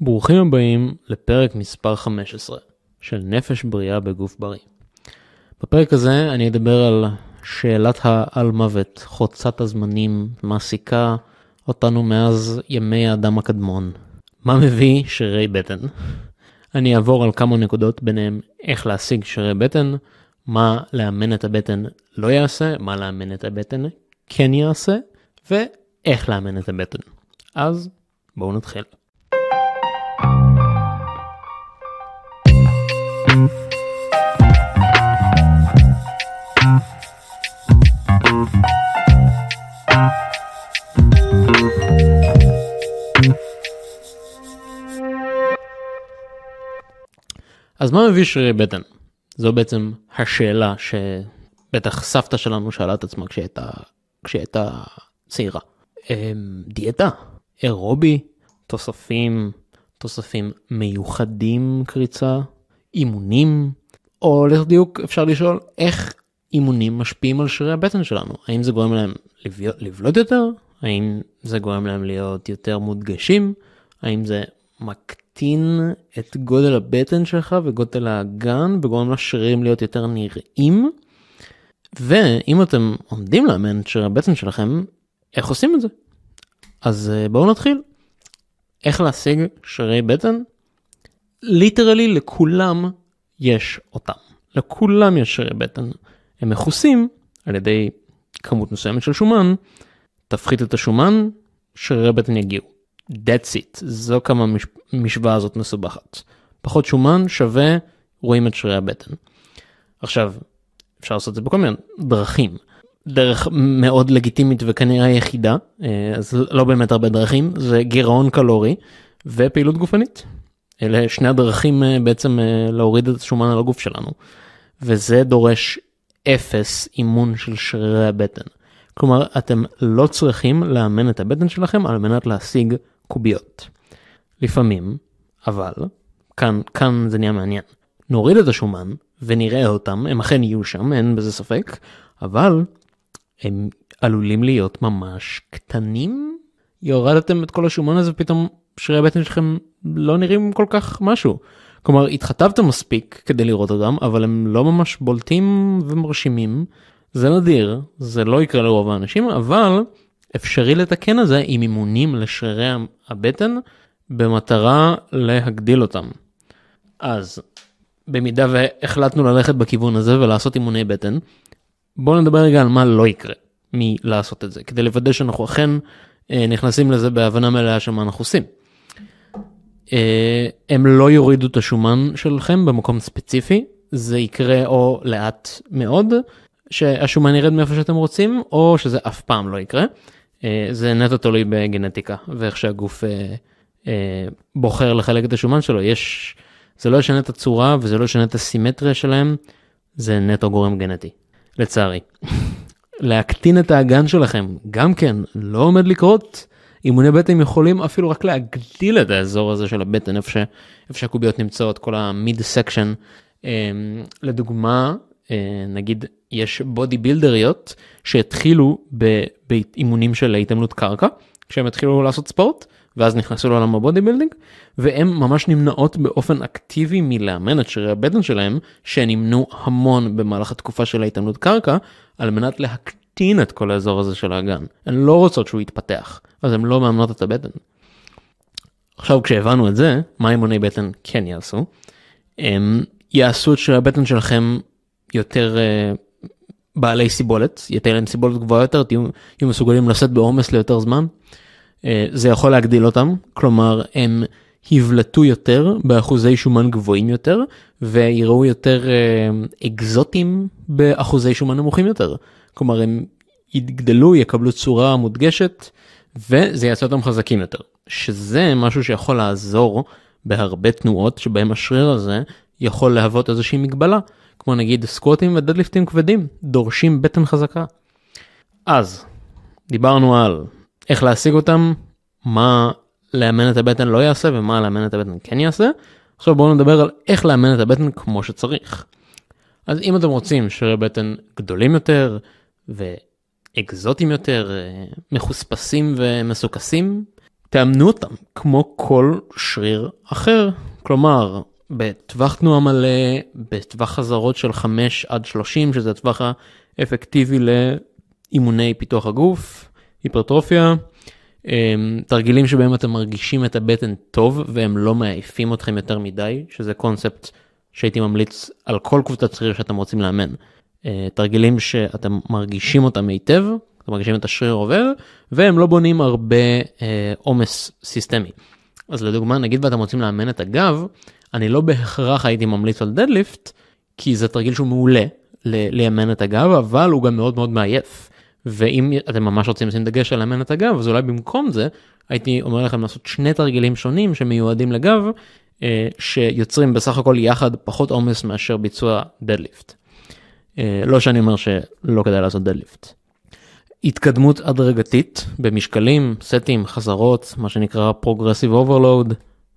ברוכים הבאים לפרק מספר 15 של נפש בריאה בגוף בריא. בפרק הזה אני אדבר על שאלת העל מוות, חוצת הזמנים, מעסיקה אותנו מאז ימי האדם הקדמון. מה מביא שרירי בטן? אני אעבור על כמה נקודות, ביניהם איך להשיג שרירי בטן, מה לאמן את הבטן לא יעשה, מה לאמן את הבטן כן יעשה, ואיך לאמן את הבטן. אז בואו נתחיל. אז מה מביא שרירי בטן? זו בעצם השאלה שבטח סבתא שלנו שאלה את עצמה כשהייתה צעירה. דיאטה, אירובי, תוספים מיוחדים קריצה, אימונים, או לדיוק אפשר לשאול איך אימונים משפיעים על שרירי הבטן שלנו. האם זה גורם להם לבלוט יותר? האם זה גורם להם להיות יותר מודגשים? האם זה מקטין את גודל הבטן שלך וגודל האגן וגורם לשרירים להיות יותר נראים? ואם אתם עומדים לאמן את שרירי הבטן שלכם, איך עושים את זה? אז בואו נתחיל. איך להשיג שרירי בטן? ליטרלי לכולם יש אותם. לכולם יש שרירי בטן. הם מכוסים על ידי כמות מסוימת של שומן. תפחית את השומן, שרירי בטן יגיעו. That's it. זו כמה משוואה הזאת מסובכת. פחות שומן שווה, רואים את שרירי הבטן. עכשיו, אפשר לעשות את זה בכל מיני דרכים. דרך מאוד לגיטימית וכנראה יחידה, אז לא באמת הרבה דרכים, זה גירעון קלורי ופעילות גופנית. אלה שני הדרכים בעצם להוריד את השומן על הגוף שלנו. וזה דורש אפס אימון של שרירי הבטן. כלומר, אתם לא צריכים לאמן את הבטן שלכם על מנת להשיג קוביות. לפעמים, אבל, כאן זה נהיה מעניין. נוריד את השומן ונראה אותם, הם אכן יהיו שם, אין בזה ספק, אבל הם עלולים להיות ממש קטנים. יורדתם את כל השומן הזה ופתאום שרירי הבטן שלכם לא נראים כל כך משהו. כלומר, התחטבתם מספיק כדי לראות אותם, אבל הם לא ממש בולטים ומרשימים. זה נדיר, זה לא יקרה לרוב האנשים, אבל אפשרי לתקן את זה עם אימונים לשרירי הבטן במטרה להגדיל אותם. אז במידה והחלטנו ללכת בכיוון הזה ולעשות אימוני בטן, בואו נדבר רגע על מה לא יקרה מלעשות את זה, כדי לוודא שאנחנו אכן נכנסים לזה בהבנה מלאה של מה אנחנו עושים. הם לא יורידו את השומן שלכם במקום ספציפי, זה יקרה או לאט מאוד, שהשומן ירד מאיפה שאתם רוצים, או שזה אף פעם לא יקרה. זה נטו תלוי בגנטיקה, ואיך שהגוף בוחר לחלק את השומן שלו. זה לא ישנה את הצורה, וזה לא ישנה את הסימטריה שלהם, זה נטו גורם גנטי, לצערי. להקטין את האגן שלכם, גם כן, לא עומד לקרות. אימוני בטן יכולים אפילו רק להגדיל את האזור הזה של הבטן, איפה שהקוביות נמצאות, כל המיד סקשן. לדוגמה, נגיד, יש בודי בילדריות שהתחילו באימונים של התאמנות קרקע, כשהם התחילו לעשות ספורט, ואז נכנסו לעולם הבודי בילדינג, והם ממש נמנעות באופן אקטיבי מלאמן את שרירי הבטן שלהם, שנמנו המון במהלך התקופה של ההתאמנות קרקע, על מנת להקטין את כל האזור הזה של האגן. הן לא רוצות שהוא יתפתח, אז הן לא מאמנות את הבטן. עכשיו כשהבנו את זה, מה אימוני בטן כן יעשו? הם יעשו את שרירי הבטן שלכם יותר בעלי סיבולת, יתן להם סיבולת גבוהה יותר, תהיו מסוגלים לשאת בעומס ליותר זמן. זה יכול להגדיל אותם, כלומר הם יבלטו יותר באחוזי שומן גבוהים יותר, ויראו יותר אקזוטיים באחוזי שומן נמוכים יותר. כלומר הם יגדלו, יקבלו צורה מודגשת, וזה יעשה אותם חזקים יותר. שזה משהו שיכול לעזור בהרבה תנועות, שבהם השריר הזה יכול להוות איזושהי מגבלה. כמו נגיד סקווטים ודדליפטים כבדים, דורשים בטן חזקה. אז, דיברנו על איך להשיג אותם, מה לאמן את הבטן לא יעשה, ומה לאמן את הבטן כן יעשה. עכשיו בואו נדבר על איך לאמן את הבטן כמו שצריך. אז אם אתם רוצים שרירי בטן גדולים יותר, ואקזוטיים יותר, מחוספסים ומסוכסים, תאמנו אותם כמו כל שריר אחר, כלומר בטווח תנועה מלא, בטווח חזרות של 5 עד 30, שזה הטווח האפקטיבי לאימוני פיתוח הגוף, היפרטרופיה, תרגילים שבהם אתם מרגישים את הבטן טוב והם לא מעייפים אתכם יותר מדי, שזה קונספט שהייתי ממליץ על כל קבוצת שריר שאתם רוצים לאמן. תרגילים שאתם מרגישים אותם היטב, אתם מרגישים את השריר עובר, והם לא בונים הרבה עומס סיסטמי. אז לדוגמה, נגיד ואתם רוצים לאמן את הגב, אני לא בהכרח הייתי ממליץ על דדליפט, כי זה תרגיל שהוא מעולה לאמן את הגב, אבל הוא גם מאוד מאוד מעייף. ואם אתם ממש רוצים לשים דגש על לאמן את הגב, אז אולי במקום זה, הייתי אומר לכם לעשות 2 תרגילים שונים שמיועדים לגב, שיוצרים בסך הכל יחד פחות עומס מאשר ביצוע דדליפט. לא שאני אומר שלא כדאי לעשות דדליפט. התקדמות הדרגתית במשקלים, סטים, חזרות, מה שנקרא Progressive Overload.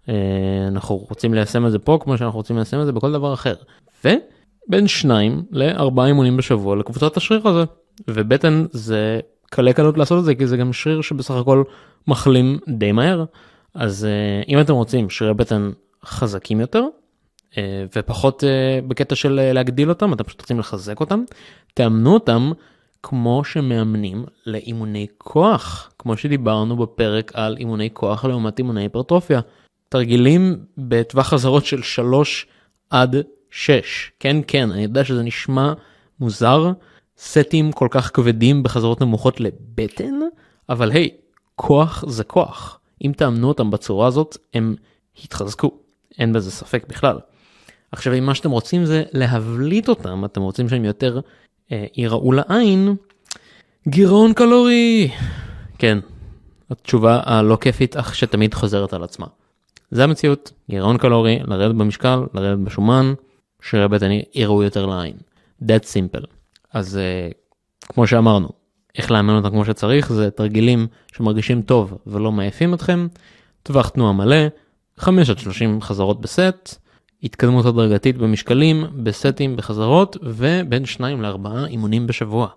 אנחנו רוצים ליישם את זה פה כמו שאנחנו רוצים ליישם את זה בכל דבר אחר. ובין 2 ל4 אימונים בשבוע לקבוצת השריר הזה. ובטן זה קלה קלות לעשות את זה, כי זה גם שריר שבסך הכל מחלים די מהר. אז אם אתם רוצים שרירי בטן חזקים יותר, ופחות בקטע של להגדיל אותם, אתם פשוט רוצים לחזק אותם, תאמנו אותם כמו שמאמנים לאימוני כוח, כמו שדיברנו בפרק על אימוני כוח לעומת אימוני היפרטרופיה. תרגילים בטווח חזרות של 3 עד 6. כן, כן, אני יודע שזה נשמע מוזר, סטים כל כך כבדים בחזרות נמוכות לבטן, אבל היי, כוח זה כוח. אם תאמנו אותם בצורה הזאת, הם יתחזקו. אין בזה ספק בכלל. עכשיו, אם מה שאתם רוצים זה להבליט אותם, אתם רוצים שהם יותר ייראו לעין, גירעון קלורי. כן, התשובה הלא כיפית, אך שתמיד חוזרת על עצמה. זה המציאות, גירעון קלורי, לרדת במשקל, לרדת בשומן, שרירי בטן ייראו יותר לעין. That simple. אז כמו שאמרנו, איך לאמן אותם כמו שצריך, זה תרגילים שמרגישים טוב ולא מעייפים אתכם, טווח תנועה מלא, 5 עד 30 חזרות בסט, התקדמות הדרגתית במשקלים, בסטים, בחזרות, ובין 2 ל4 אימונים בשבוע.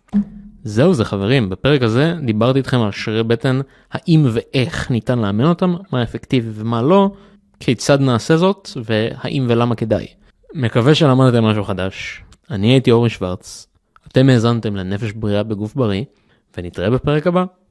זהו זה חברים, בפרק הזה דיברתי איתכם על שרירי בטן, האם ואיך ניתן לאמן אותם, מה אפקטיבי ומה לא, כיצד נעשה זאת, והאם ולמה כדאי. מקווה שלמדתם משהו חדש. אני הייתי אורי שוורץ, אתם האזנתם לנפש בריאה בגוף בריא, ונתראה בפרק הבא.